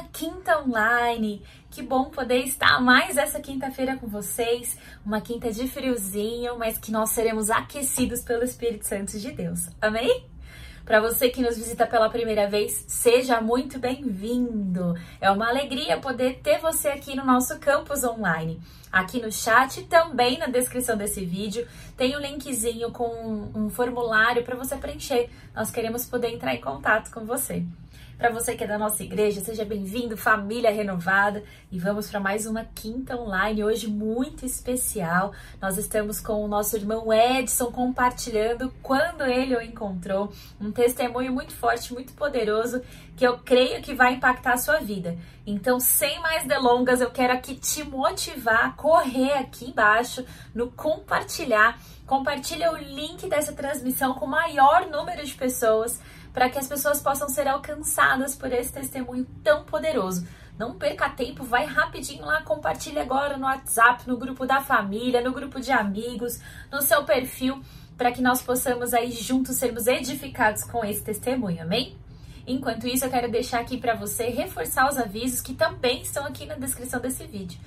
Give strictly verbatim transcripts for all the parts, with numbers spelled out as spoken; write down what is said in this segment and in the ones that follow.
Quinta Online. Que bom poder estar mais essa quinta-feira com vocês. Uma quinta de friozinho, mas que nós seremos aquecidos pelo Espírito Santo de Deus. Amém? Para você que nos visita pela primeira vez, seja muito bem-vindo. É uma alegria poder ter você aqui no nosso campus online. Aqui no chat, também na descrição desse vídeo, tem um linkzinho com um formulário para você preencher. Nós queremos poder entrar em contato com você. Para você que é da nossa igreja, seja bem-vindo, família renovada. E vamos para mais uma quinta online, hoje muito especial. Nós estamos com o nosso irmão Edson compartilhando quando ele o encontrou. Um testemunho muito forte, muito poderoso, que eu creio que vai impactar a sua vida. Então, sem mais delongas, eu quero aqui te motivar a correr aqui embaixo no compartilhar. Compartilha o link dessa transmissão com o maior número de pessoas, para que as pessoas possam ser alcançadas por esse testemunho tão poderoso. Não perca tempo, vai rapidinho lá, compartilha agora no WhatsApp, no grupo da família, no grupo de amigos, no seu perfil, para que nós possamos aí juntos sermos edificados com esse testemunho, amém? Enquanto isso, eu quero deixar aqui para você reforçar os avisos que também estão aqui na descrição desse vídeo.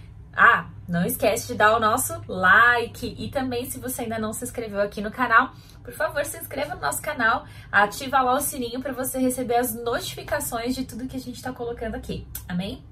Ah, não esquece de dar o nosso like e também, se você ainda não se inscreveu aqui no canal, por favor, se inscreva no nosso canal, ativa lá o sininho para você receber as notificações de tudo que a gente está colocando aqui, amém?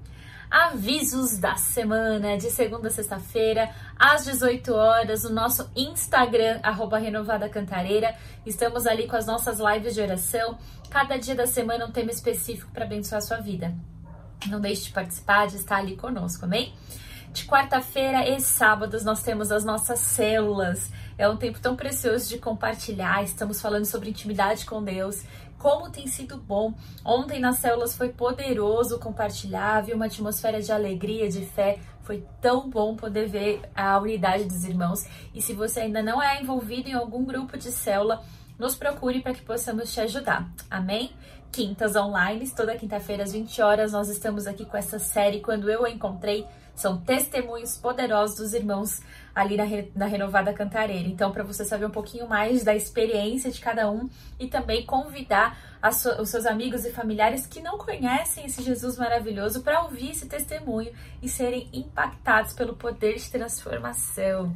Avisos da semana, de segunda a sexta-feira, às dezoito horas, no nosso Instagram, arroba Renovada Cantareira. Estamos ali com as nossas lives de oração, cada dia da semana um tema específico para abençoar a sua vida. Não deixe de participar, de estar ali conosco, amém? De quarta-feira e sábados nós temos as nossas células. É um tempo tão precioso de compartilhar. Estamos falando sobre intimidade com Deus. Como tem sido bom. Ontem nas células foi poderoso compartilhar. Havia uma atmosfera de alegria, de fé. Foi tão bom poder ver a unidade dos irmãos. E se você ainda não é envolvido em algum grupo de célula, nos procure para que possamos te ajudar. Amém? Quintas online, toda quinta-feira às vinte horas, nós estamos aqui com essa série Quando Eu o Encontrei. São testemunhos poderosos dos irmãos ali na, Re, na Renovada Cantareira. Então, para você saber um pouquinho mais da experiência de cada um e também convidar so, os seus amigos e familiares que não conhecem esse Jesus maravilhoso para ouvir esse testemunho e serem impactados pelo poder de transformação.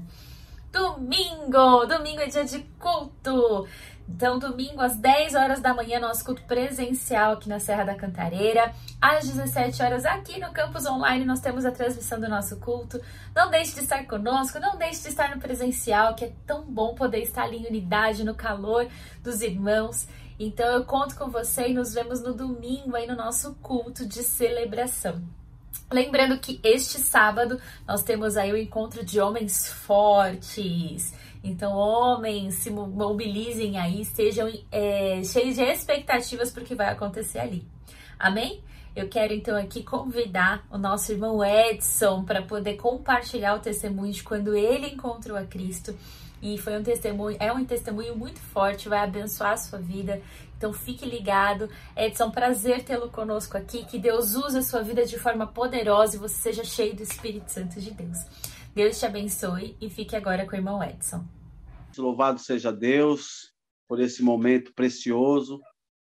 Domingo! Domingo é dia de culto! Então, domingo às dez horas da manhã, nosso culto presencial aqui na Serra da Cantareira. Às dezessete horas, aqui no campus online, nós temos a transmissão do nosso culto. Não deixe de estar conosco, não deixe de estar no presencial, que é tão bom poder estar ali em unidade, no calor dos irmãos. Então, eu conto com você e nos vemos no domingo aí no nosso culto de celebração. Lembrando que este sábado nós temos aí o encontro de homens fortes. Então, homens, se mobilizem aí, estejam é, cheios de expectativas para o que vai acontecer ali. Amém? Eu quero então aqui convidar o nosso irmão Edson para poder compartilhar o testemunho de quando ele encontrou a Cristo. E foi um testemunho, é um testemunho muito forte, vai abençoar a sua vida. Então fique ligado. Edson, prazer tê-lo conosco aqui. Que Deus use a sua vida de forma poderosa e você seja cheio do Espírito Santo de Deus. Deus te abençoe e fique agora com o irmão Edson. Louvado seja Deus por esse momento precioso.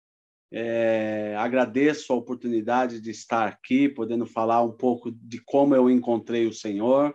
É, agradeço a oportunidade de estar aqui, podendo falar um pouco de como eu encontrei o Senhor.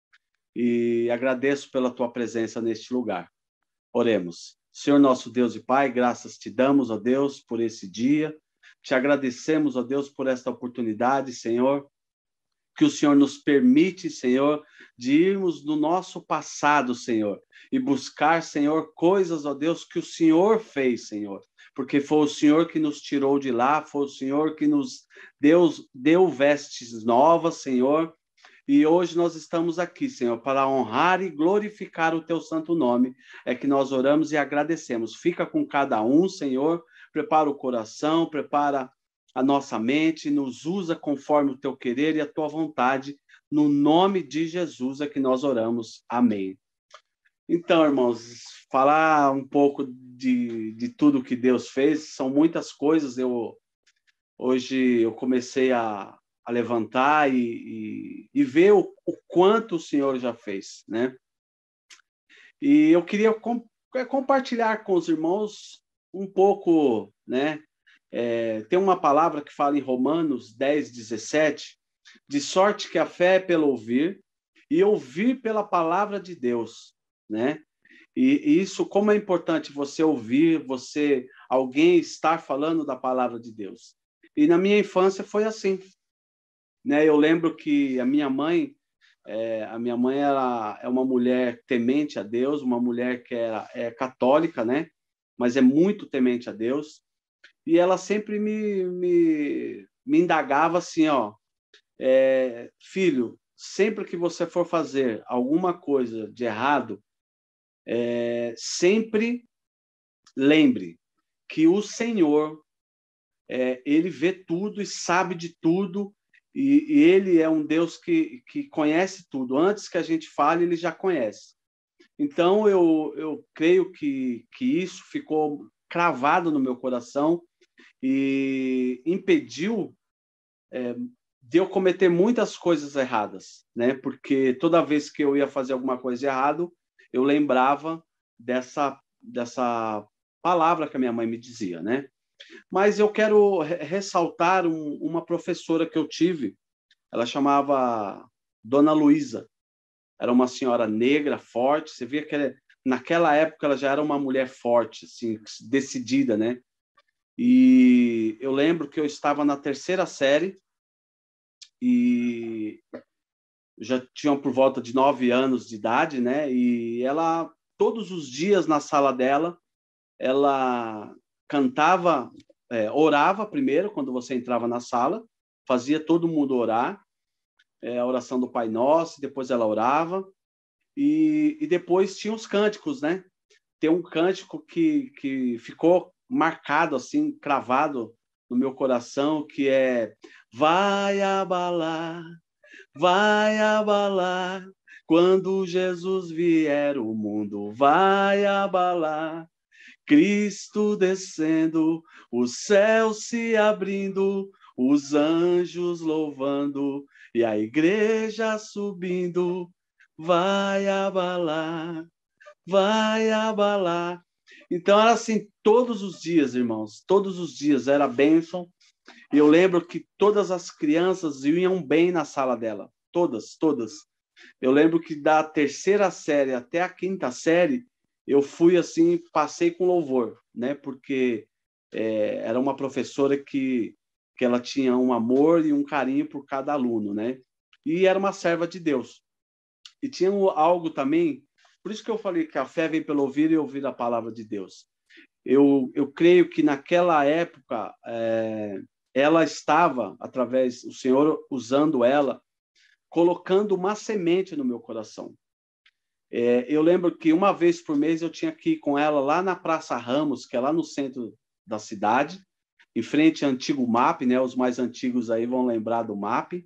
E agradeço pela tua presença neste lugar. Oremos. Senhor nosso Deus e Pai, graças te damos, ó Deus, por esse dia. Te agradecemos, ó Deus, por esta oportunidade, Senhor, que o Senhor nos permite, Senhor, de irmos no nosso passado, Senhor, e buscar, Senhor, coisas, ó Deus, que o Senhor fez, Senhor, porque foi o Senhor que nos tirou de lá, foi o Senhor que nos deu, deu vestes novas, Senhor, e hoje nós estamos aqui, Senhor, para honrar e glorificar o teu santo nome, é que nós oramos e agradecemos. Fica com cada um, Senhor, prepara o coração, prepara a nossa mente, nos usa conforme o teu querer e a tua vontade, no nome de Jesus é que nós oramos. Amém. Então, irmãos, falar um pouco de, de tudo que Deus fez, são muitas coisas. Eu, hoje eu comecei a, a levantar e, e, e ver o, o quanto o Senhor já fez, né? E eu queria com, compartilhar com os irmãos um pouco, né, É, tem uma palavra que fala em Romanos dez, dezessete, de sorte que a fé é pelo ouvir, e ouvir pela palavra de Deus, né? E, e isso, como é importante você ouvir, você, alguém estar falando da palavra de Deus. E na minha infância foi assim, né? Eu lembro que a minha mãe, é, a minha mãe ela é uma mulher temente a Deus, uma mulher que é, é católica, né? Mas é muito temente a Deus. E ela sempre me, me, me indagava assim, ó, é, filho, sempre que você for fazer alguma coisa de errado, é, sempre lembre que o Senhor, é, ele vê tudo e sabe de tudo, e, e ele é um Deus que, que conhece tudo. Antes que a gente fale, ele já conhece. Então, eu, eu creio que, que isso ficou cravado no meu coração e impediu é, de eu cometer muitas coisas erradas, né? Porque toda vez que eu ia fazer alguma coisa errada, eu lembrava dessa, dessa palavra que a minha mãe me dizia, né? Mas eu quero ressaltar um, uma professora que eu tive, ela chamava Dona Luísa, era uma senhora negra, forte, você via que ela, naquela época ela já era uma mulher forte, assim, decidida, né? E eu lembro que eu estava na terceira série e já tinha por volta de nove anos de idade, né? E ela, todos os dias na sala dela, ela cantava, é, orava primeiro, quando você entrava na sala, fazia todo mundo orar, é, a oração do Pai Nosso, depois ela orava, e, e depois tinha os cânticos, né? Tem um cântico que, que ficou marcado, assim, cravado no meu coração, que é vai abalar, vai abalar, quando Jesus vier o mundo vai abalar, Cristo descendo, o céu se abrindo, os anjos louvando e a igreja subindo, vai abalar, vai abalar. Então era assim todos os dias, irmãos, todos os dias era bênção. E eu lembro que todas as crianças iam bem na sala dela, todas, todas. Eu lembro que da terceira série até a quinta série, eu fui assim, passei com louvor, né? Porque é, era uma professora que, que ela tinha um amor e um carinho por cada aluno, né? E era uma serva de Deus. E tinha algo também, por isso que eu falei que a fé vem pelo ouvir e ouvir a palavra de Deus. Eu, eu creio que naquela época, é, ela estava, através, o Senhor usando ela, colocando uma semente no meu coração. É, eu lembro que uma vez por mês eu tinha que ir com ela lá na Praça Ramos, que é lá no centro da cidade, em frente ao antigo M A P, né? Os mais antigos aí vão lembrar do M A P.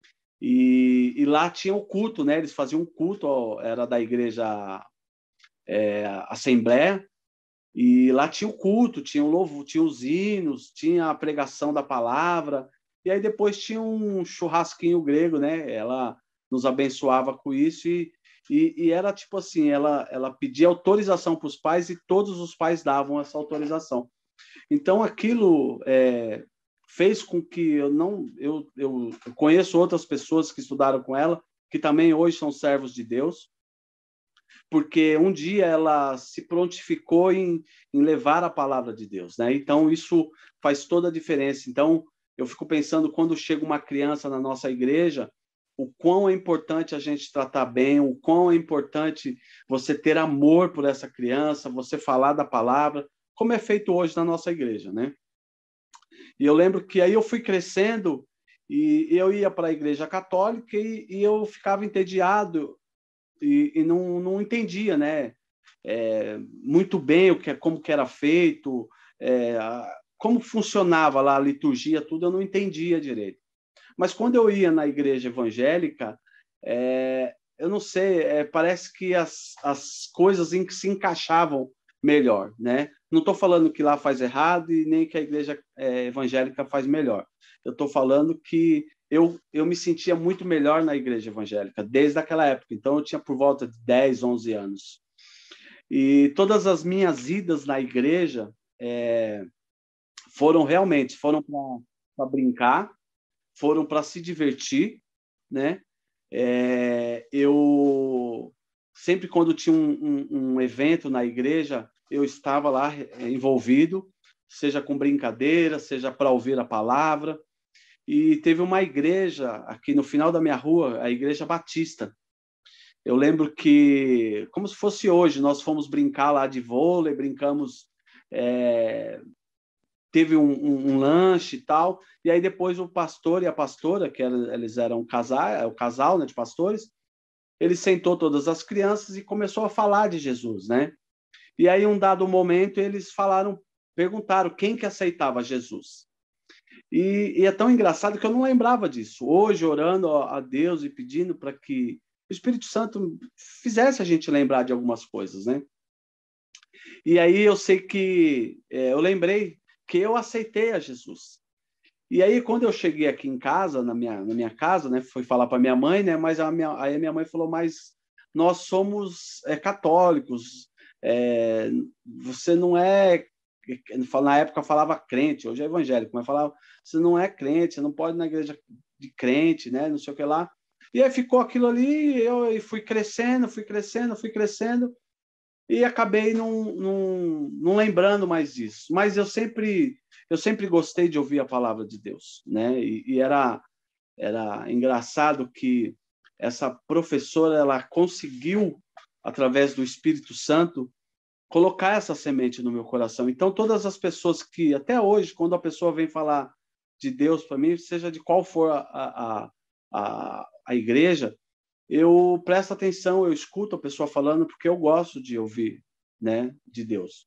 E, e lá tinha o culto, né? Eles faziam um culto, ó, era da igreja é, Assembleia, e lá tinha o culto, tinha o louvo, tinha os hinos, tinha a pregação da palavra, e aí depois tinha um churrasquinho grego, né? Ela nos abençoava com isso e, e, e era tipo assim, ela, ela pedia autorização para os pais e todos os pais davam essa autorização. Então aquilo é, fez com que eu não... Eu, eu conheço outras pessoas que estudaram com ela, que também hoje são servos de Deus, porque um dia ela se prontificou em, em levar a palavra de Deus, né? Então, isso faz toda a diferença. Então, eu fico pensando, quando chega uma criança na nossa igreja, o quão é importante a gente tratar bem, o quão é importante você ter amor por essa criança, você falar da palavra, como é feito hoje na nossa igreja, né? E eu lembro que aí eu fui crescendo e eu ia para a igreja católica e, e eu ficava entediado e, e não, não entendia, né? É, muito bem o que, como que era feito, é, a, como funcionava lá a liturgia, tudo eu não entendia direito. Mas quando eu ia na igreja evangélica, é, eu não sei, é, parece que as, as coisas em que se encaixavam melhor, né? Não estou falando que lá faz errado e nem que a igreja é, evangélica faz melhor. Eu estou falando que eu, eu me sentia muito melhor na igreja evangélica, desde aquela época. Então, eu tinha por volta de dez, onze anos. E todas as minhas idas na igreja é, foram realmente, foram para brincar, foram para se divertir, né? É, eu sempre quando tinha um, um, um evento na igreja, eu estava lá envolvido, seja com brincadeira, seja para ouvir a palavra. E teve uma igreja aqui no final da minha rua, a Igreja Batista. Eu lembro que, como se fosse hoje, nós fomos brincar lá de vôlei, brincamos, é, teve um, um, um lanche e tal, e aí depois o pastor e a pastora, que era, eles eram casal, o casal, né, de pastores, ele sentou todas as crianças e começou a falar de Jesus, né? E aí, um dado momento, eles falaram, perguntaram quem que aceitava Jesus. E, e é tão engraçado que eu não lembrava disso. Hoje, orando a Deus e pedindo para que o Espírito Santo fizesse a gente lembrar de algumas coisas, né? E aí eu sei que, é, eu lembrei que eu aceitei a Jesus. E aí, quando eu cheguei aqui em casa, na minha, na minha casa, né, fui falar para minha mãe, né, mas a minha, aí a minha mãe falou, mas nós somos é, católicos, é, você não é, na época falava crente, hoje é evangélico, mas falava, você não é crente, você não pode ir na igreja de crente, né, não sei o que lá. E aí ficou aquilo ali, eu fui crescendo, fui crescendo, fui crescendo, e acabei não, não, não lembrando mais disso. Mas eu sempre, eu sempre gostei de ouvir a palavra de Deus, né? E, e era, era engraçado que essa professora, ela conseguiu, através do Espírito Santo, colocar essa semente no meu coração. Então, todas as pessoas que, até hoje, quando a pessoa vem falar de Deus para mim, seja de qual for a, a, a, a igreja, eu presto atenção, eu escuto a pessoa falando, porque eu gosto de ouvir, né, de Deus.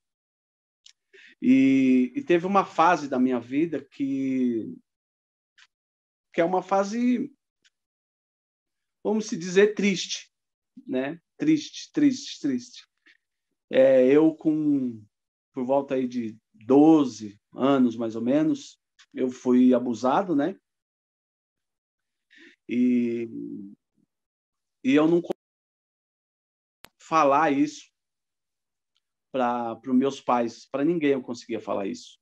E, e teve uma fase da minha vida que, que é uma fase, vamos se dizer, triste, né? Triste, triste, triste. É, eu com, por volta aí de doze anos, mais ou menos, eu fui abusado, né? E, e eu não falar isso para os meus pais, para ninguém eu conseguia falar isso.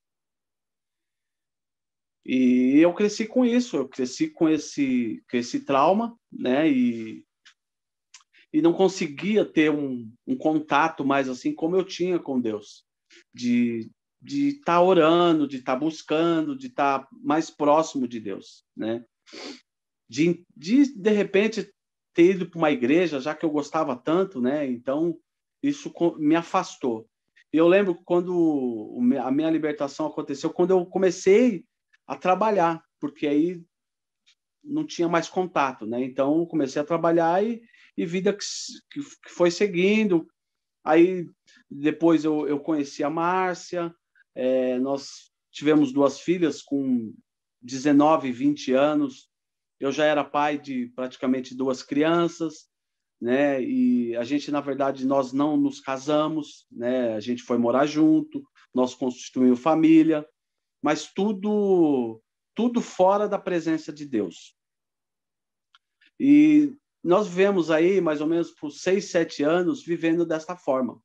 E eu cresci com isso, eu cresci com esse, com esse trauma, né? E, e não conseguia ter um, um contato mais assim como eu tinha com Deus, de de estar tá orando, de estar tá buscando, de estar tá mais próximo de Deus, né? De, de, de repente, ter ido para uma igreja, já que eu gostava tanto, né? Então, isso me afastou. E eu lembro quando a minha libertação aconteceu, quando eu comecei a trabalhar, porque aí não tinha mais contato, né? Então, comecei a trabalhar e, e vida que, que foi seguindo. Aí, depois eu, eu conheci a Márcia, é, nós tivemos duas filhas com dezenove, vinte anos. Eu já era pai de praticamente duas crianças, né? E a gente, na verdade, nós não nos casamos, né? A gente foi morar junto, nós constituímos família, mas tudo, tudo fora da presença de Deus. E nós vivemos aí, mais ou menos por seis, sete anos, vivendo desta forma.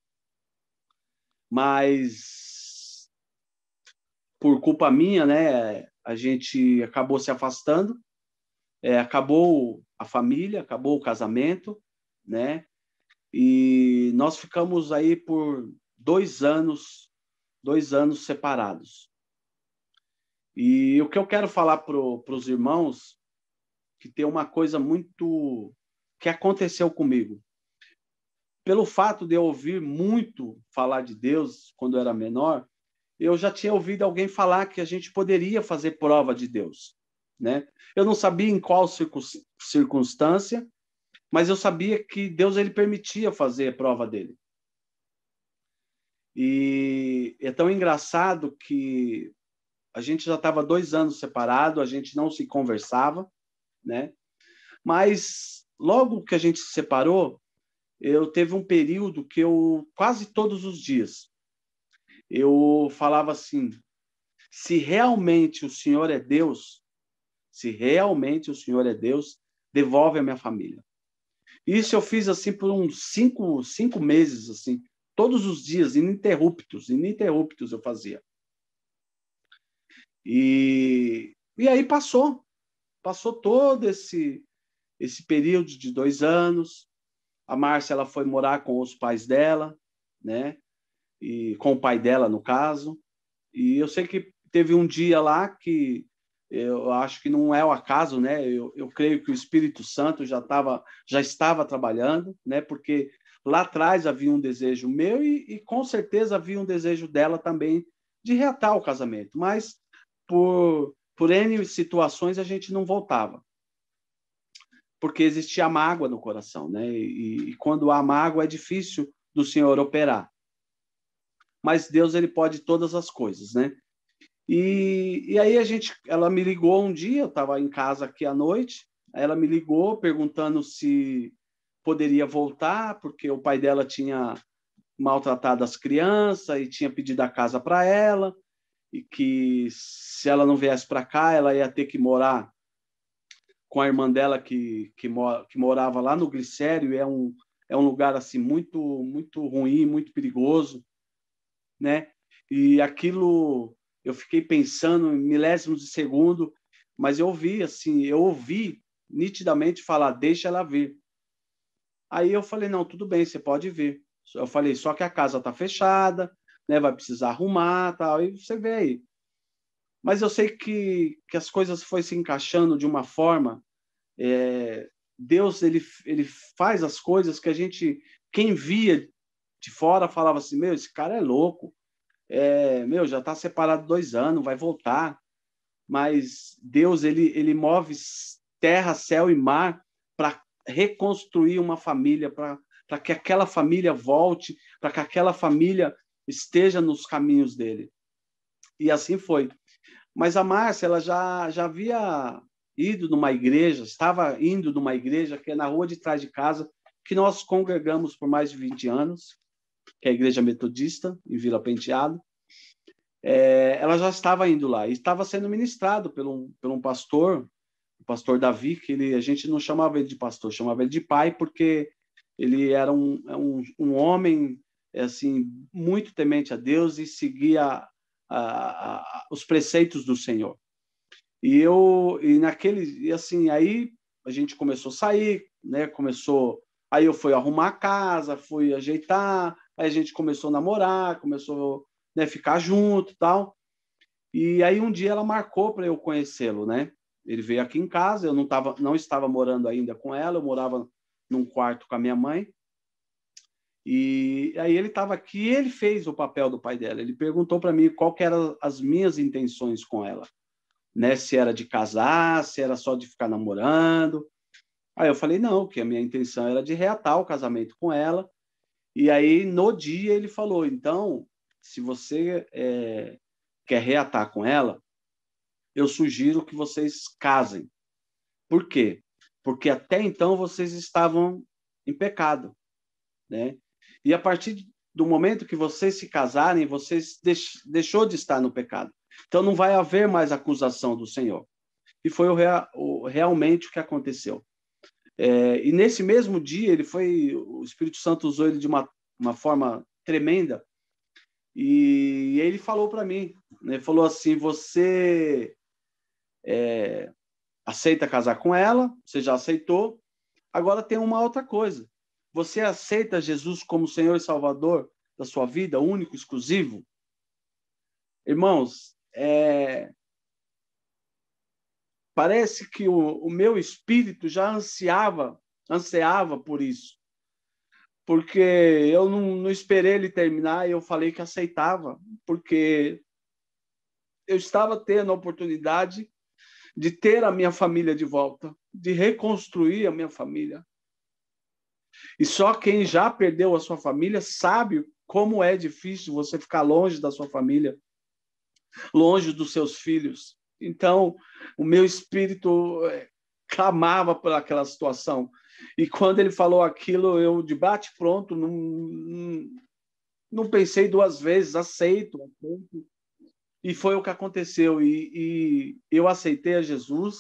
Mas, por culpa minha, né? A gente acabou se afastando. É, acabou a família, acabou o casamento, né? E nós ficamos aí por dois anos, dois anos separados. E o que eu quero falar para os irmãos, que tem uma coisa muito que aconteceu comigo. Pelo fato de eu ouvir muito falar de Deus quando eu era menor, eu já tinha ouvido alguém falar que a gente poderia fazer prova de Deus, né? Eu não sabia em qual circunstância, mas eu sabia que Deus ele permitia fazer a prova dele. E é tão engraçado que a gente já estava dois anos separado, a gente não se conversava, né? Mas logo que a gente se separou, eu teve um período que eu quase todos os dias eu falava assim: se realmente o Senhor é Deus, se realmente o Senhor é Deus, devolve a minha família. Isso eu fiz assim por uns cinco, cinco meses, assim, todos os dias, ininterruptos, ininterruptos eu fazia. E, e aí passou, passou todo esse, esse período de dois anos. A Márcia, ela foi morar com os pais dela, né? E com o pai dela, no caso. E eu sei que teve um dia lá que eu acho que não é o acaso, né? Eu, eu creio que o Espírito Santo já estava já estava trabalhando, né? Porque lá atrás havia um desejo meu e, e com certeza havia um desejo dela também de reatar o casamento, mas por por N situações a gente não voltava, porque existia mágoa no coração, né? E, e quando há mágoa é difícil do Senhor operar. Mas Deus, ele pode todas as coisas, né? E, e aí a gente, ela me ligou um dia, eu estava em casa aqui à noite, aí ela me ligou perguntando se poderia voltar, porque o pai dela tinha maltratado as crianças e tinha pedido a casa para ela, e que se ela não viesse para cá, ela ia ter que morar com a irmã dela que, que, mora, que morava lá no Glicério, e é um, é um lugar assim muito, muito ruim, muito perigoso, né? E aquilo eu fiquei pensando em milésimos de segundo, mas eu ouvi assim, eu ouvi nitidamente falar, deixa ela vir. Aí eu falei, não, tudo bem, você pode vir. Eu falei, só que a casa está fechada, né? Vai precisar arrumar, tal, e você vê aí. Mas eu sei que, que as coisas foram se encaixando de uma forma. É, Deus, ele, ele faz as coisas que a gente, quem via de fora, falava assim, meu, esse cara é louco. É, meu, já está separado dois anos, vai voltar. Mas Deus, ele, ele move terra, céu e mar para reconstruir uma família, para que aquela família volte, para que aquela família esteja nos caminhos dele. E assim foi. Mas a Márcia, ela já, já havia ido numa igreja, estava indo numa igreja que é na rua de trás de casa, que nós congregamos por mais de vinte anos, que é a Igreja Metodista, em Vila Penteado. É, ela já estava indo lá e estava sendo ministrado por um, por um pastor, o pastor Davi, que ele, a gente não chamava ele de pastor, chamava ele de pai, porque ele era um, um, um homem assim, muito temente a Deus e seguia a, a, a, os preceitos do Senhor. E eu, e naquele, e assim, aí a gente começou a sair, né? Começou, aí eu fui arrumar a casa, fui ajeitar, aí a gente começou a namorar, começou, né, ficar junto, tal. E aí um dia ela marcou para eu conhecê-lo, né? Ele veio aqui em casa, eu não tava, não estava morando ainda com ela, eu morava num quarto com a minha mãe. E aí ele estava aqui, e ele fez o papel do pai dela. Ele perguntou para mim qual que eram as minhas intenções com ela, né? Se era de casar, se era só de ficar namorando. Aí eu falei não, que a minha intenção era de reatar o casamento com ela. E aí no dia ele falou, então, se você é, quer reatar com ela, eu sugiro que vocês casem. Por quê? Porque até então vocês estavam em pecado, né? E a partir do momento que vocês se casarem, vocês deix, deixou de estar no pecado. Então não vai haver mais acusação do Senhor. E foi o, rea, o realmente o que aconteceu. É, e nesse mesmo dia ele foi, o Espírito Santo usou ele de uma, uma forma tremenda. E, e ele falou para mim, né? Ele falou assim: você é, aceita casar com ela? Você já aceitou? Agora tem uma outra coisa. Você aceita Jesus como Senhor e Salvador da sua vida, único, exclusivo? Irmãos, é... parece que o, o meu espírito já ansiava, ansiava por isso. Porque eu não, não esperei ele terminar e eu falei que aceitava, porque eu estava tendo a oportunidade de ter a minha família de volta, de reconstruir a minha família. E só quem já perdeu a sua família sabe como é difícil você ficar longe da sua família, longe dos seus filhos. Então, o meu espírito clamava por aquela situação. E quando ele falou aquilo, eu, de bate-pronto, não, não, não pensei duas vezes, aceito. E foi o que aconteceu. E, e eu aceitei a Jesus.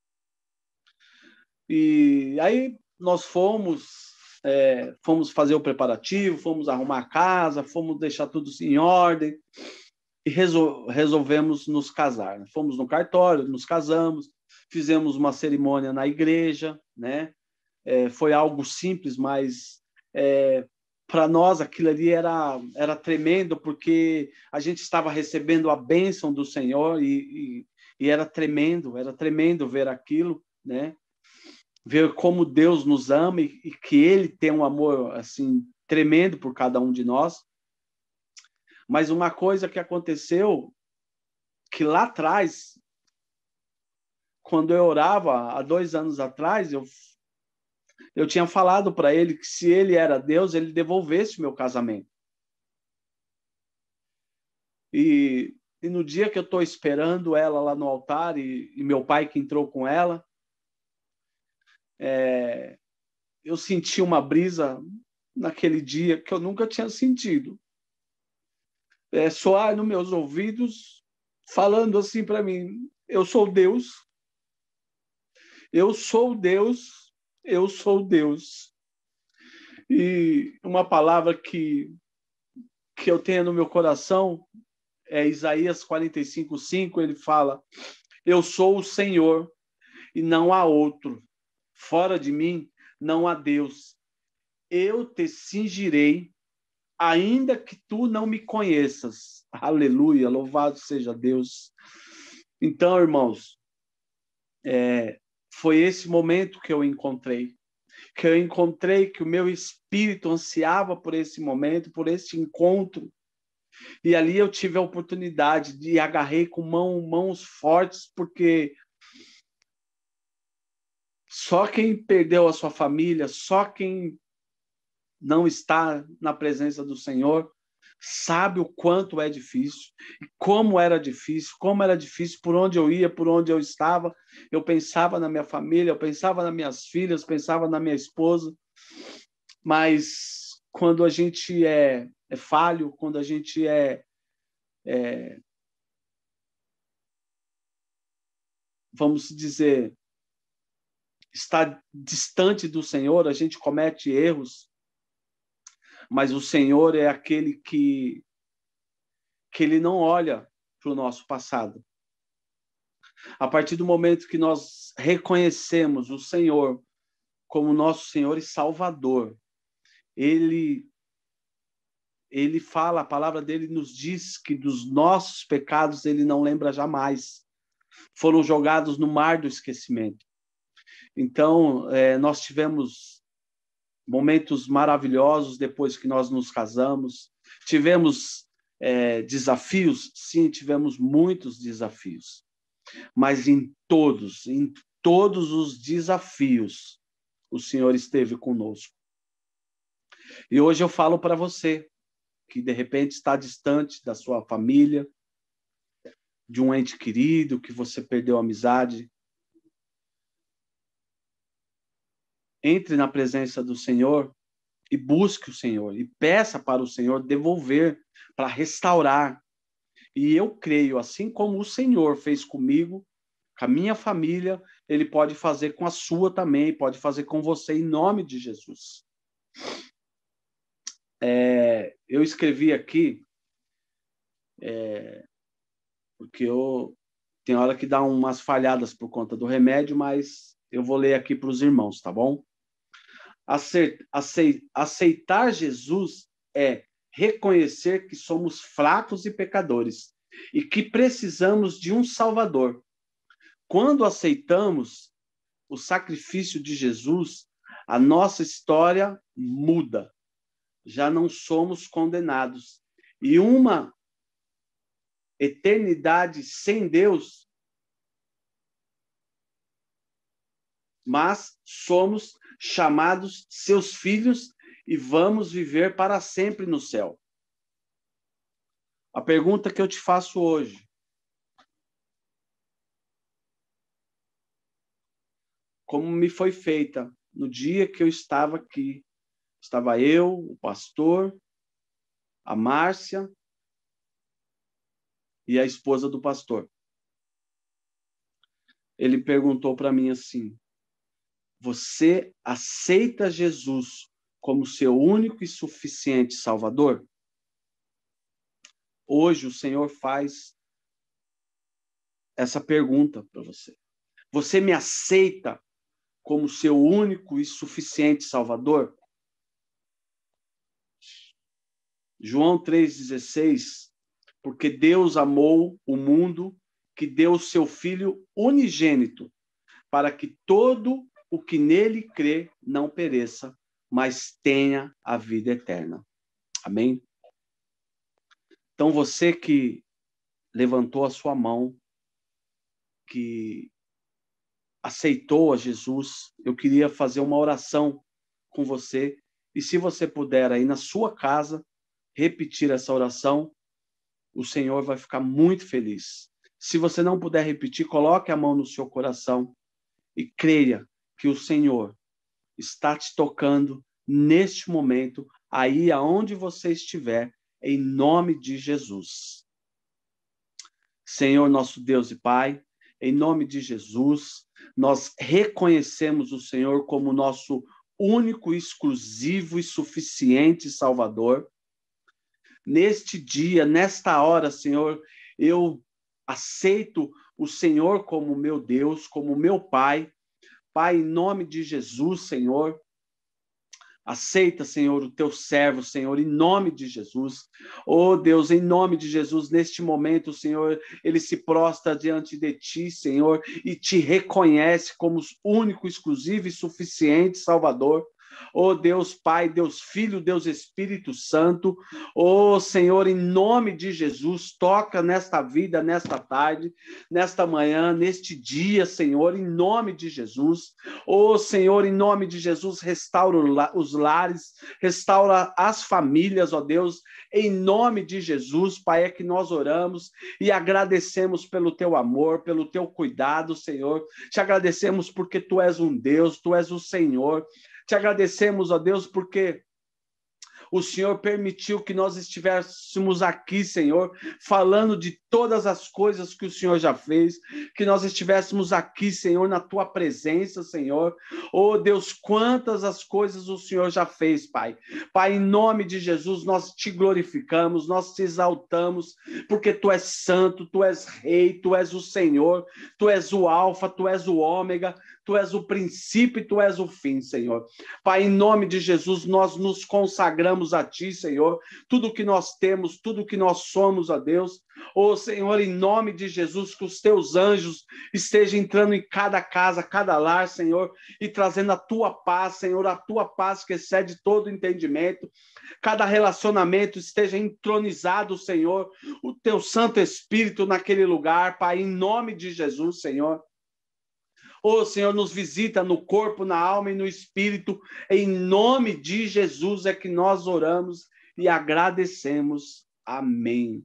E aí nós fomos... É, fomos fazer o preparativo, fomos arrumar a casa, fomos deixar tudo em ordem. e resol resolvemos nos casar. Fomos no cartório, nos casamos, fizemos uma cerimônia na igreja, né? É, foi algo simples, mas é, para nós aquilo ali era, era tremendo, porque a gente estava recebendo a bênção do Senhor e, e, e era tremendo, era tremendo ver aquilo, né? Ver como Deus nos ama e, e que Ele tem um amor assim tremendo por cada um de nós. Mas uma coisa que aconteceu, que lá atrás, quando eu orava, há dois anos atrás, eu, eu tinha falado para ele que se ele era Deus, ele devolvesse o meu casamento. E, e no dia que eu estou esperando ela lá no altar, e, e meu pai que entrou com ela, é, eu senti uma brisa naquele dia que eu nunca tinha sentido. É, soar nos meus ouvidos, falando assim para mim: eu sou Deus, eu sou Deus, eu sou Deus. E uma palavra que, que eu tenho no meu coração é Isaías quarenta e cinco, cinco, ele fala: eu sou o Senhor e não há outro, fora de mim não há Deus. Eu te cingirei, ainda que tu não me conheças. Aleluia, louvado seja Deus. Então, irmãos, é, foi esse momento que eu encontrei, que eu encontrei que o meu espírito ansiava por esse momento, por esse encontro. E ali eu tive a oportunidade de agarrei com mão, mãos fortes, porque só quem perdeu a sua família, só quem não está na presença do Senhor, sabe o quanto é difícil, como era difícil, como era difícil, por onde eu ia, por onde eu estava. Eu pensava na minha família, eu pensava nas minhas filhas, pensava na minha esposa, mas quando a gente é, é falho, quando a gente é, é, vamos dizer, está distante do Senhor, a gente comete erros, mas o Senhor é aquele que, que ele não olha para o nosso passado. A partir do momento que nós reconhecemos o Senhor como nosso Senhor e Salvador, ele, ele fala, a palavra dele nos diz que dos nossos pecados ele não lembra jamais. Foram jogados no mar do esquecimento. Então, é, nós tivemos momentos maravilhosos depois que nós nos casamos. Tivemos é, desafios? Sim, tivemos muitos desafios. Mas em todos, em todos os desafios, o Senhor esteve conosco. E hoje eu falo para você, que de repente está distante da sua família, de um ente querido, que você perdeu a amizade. Entre na presença do Senhor e busque o Senhor, e peça para o Senhor devolver, para restaurar. E eu creio, assim como o Senhor fez comigo, com a minha família, ele pode fazer com a sua também, pode fazer com você, em nome de Jesus. É, eu escrevi aqui, é, porque eu tem hora que dá umas falhadas por conta do remédio, mas eu vou ler aqui para os irmãos, tá bom? Aceitar Jesus é reconhecer que somos fracos e pecadores e que precisamos de um Salvador. Quando aceitamos o sacrifício de Jesus, a nossa história muda. Já não somos condenados. E uma eternidade sem Deus, mas somos chamados seus filhos e vamos viver para sempre no céu. A pergunta que eu te faço hoje: como me foi feita no dia que eu estava aqui, estava eu, o pastor, a Márcia e a esposa do pastor. Ele perguntou para mim assim: você aceita Jesus como seu único e suficiente Salvador? hoje o Senhor faz essa pergunta para você. Você me aceita como seu único e suficiente Salvador? João três dezesseis, porque Deus amou o mundo, que deu o seu Filho unigênito, para que todo o que nele crê não pereça, mas tenha a vida eterna. Amém? Então você que levantou a sua mão, que aceitou a Jesus, eu queria fazer uma oração com você, e se você puder aí na sua casa repetir essa oração, o Senhor vai ficar muito feliz. Se você não puder repetir, coloque a mão no seu coração e creia que o Senhor está te tocando neste momento, aí aonde você estiver, em nome de Jesus. Senhor, nosso Deus e Pai, em nome de Jesus, nós reconhecemos o Senhor como nosso único, exclusivo e suficiente Salvador. Neste dia, nesta hora, Senhor, eu aceito o Senhor como meu Deus, como meu Pai. Pai, em nome de Jesus, Senhor, aceita, Senhor, o teu servo, Senhor, em nome de Jesus. Oh, Deus, em nome de Jesus, neste momento, Senhor, ele se prostra diante de ti, Senhor, e te reconhece como único, exclusivo e suficiente Salvador. Oh Deus Pai, Deus Filho, Deus Espírito Santo, oh Senhor, em nome de Jesus, toca nesta vida, nesta tarde, nesta manhã, neste dia, Senhor, em nome de Jesus. Oh Senhor, em nome de Jesus, restaura os lares, restaura as famílias, ó Deus, em nome de Jesus, Pai, é que nós oramos e agradecemos pelo teu amor, pelo teu cuidado, Senhor. Te agradecemos porque tu és um Deus, tu és o Senhor. Te agradecemos, ó Deus, porque o Senhor permitiu que nós estivéssemos aqui, Senhor, falando de todas as coisas que o Senhor já fez, que nós estivéssemos aqui, Senhor, na tua presença, Senhor. Oh, Deus, quantas as coisas o Senhor já fez, Pai. Pai, em nome de Jesus, nós te glorificamos, nós te exaltamos, porque tu és santo, tu és rei, tu és o Senhor, tu és o alfa, tu és o ômega, tu és o princípio e tu és o fim, Senhor. Pai, em nome de Jesus, nós nos consagramos a ti, Senhor. Tudo que nós temos, tudo que nós somos, ó Deus. Ô, Senhor, em nome de Jesus, que os teus anjos estejam entrando em cada casa, cada lar, Senhor, e trazendo a tua paz, Senhor, a tua paz que excede todo entendimento. Cada relacionamento esteja entronizado, Senhor, o teu Santo Espírito naquele lugar, Pai, em nome de Jesus, Senhor. Ô, Senhor, nos visita no corpo, na alma e no espírito. Em nome de Jesus é que nós oramos e agradecemos. Amém.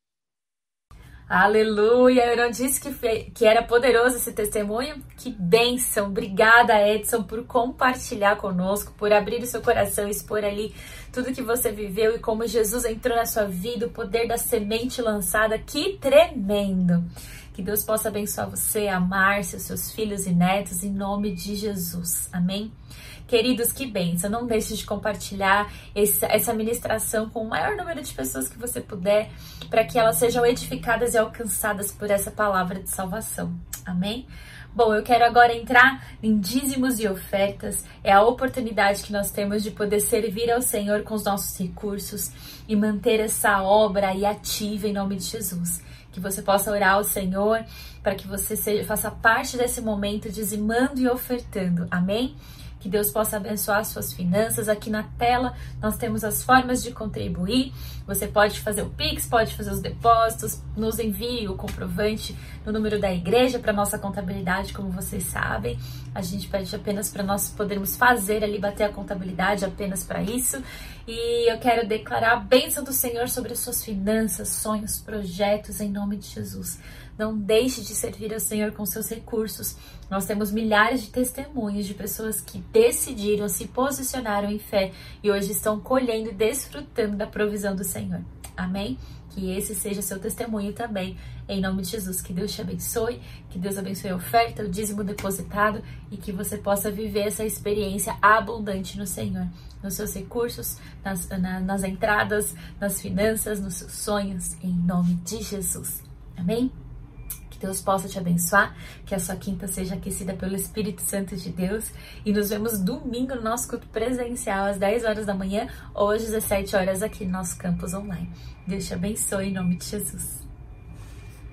Aleluia! Eu não disse que, fe... que era poderoso esse testemunho? Que bênção! Obrigada, Edson, por compartilhar conosco, por abrir o seu coração e expor ali tudo que você viveu e como Jesus entrou na sua vida, o poder da semente lançada. Que tremendo! Que Deus possa abençoar você, a Márcia, seus filhos e netos, em nome de Jesus. Amém? Queridos, que bênção. Não deixe de compartilhar essa, essa ministração com o maior número de pessoas que você puder, para que elas sejam edificadas e alcançadas por essa palavra de salvação. Amém? Bom, eu quero agora entrar em dízimos e ofertas. É a oportunidade que nós temos de poder servir ao Senhor com os nossos recursos e manter essa obra aí ativa em nome de Jesus. Que você possa orar ao Senhor para que você seja, faça parte desse momento dizimando e ofertando. Amém? Que Deus possa abençoar as suas finanças. Aqui na tela nós temos as formas de contribuir. Você pode fazer o Pix, pode fazer os depósitos, nos envie o comprovante no número da igreja para nossa contabilidade, como vocês sabem. A gente pede apenas para nós podermos fazer ali, bater a contabilidade apenas para isso. E eu quero declarar a bênção do Senhor sobre as suas finanças, sonhos, projetos, em nome de Jesus. Não deixe de servir ao Senhor com seus recursos. Nós temos milhares de testemunhos de pessoas que decidiram, se posicionaram em fé e hoje estão colhendo e desfrutando da provisão do Senhor. Amém? Que esse seja seu testemunho também, em nome de Jesus. Que Deus te abençoe, que Deus abençoe a oferta, o dízimo depositado e que você possa viver essa experiência abundante no Senhor, nos seus recursos, nas, na, nas entradas, nas finanças, nos seus sonhos, em nome de Jesus. Amém? Que Deus possa te abençoar, que a sua quinta seja aquecida pelo Espírito Santo de Deus e nos vemos domingo no nosso culto presencial às dez horas da manhã ou às dezessete horas aqui no nosso campus online. Deus te abençoe em nome de Jesus.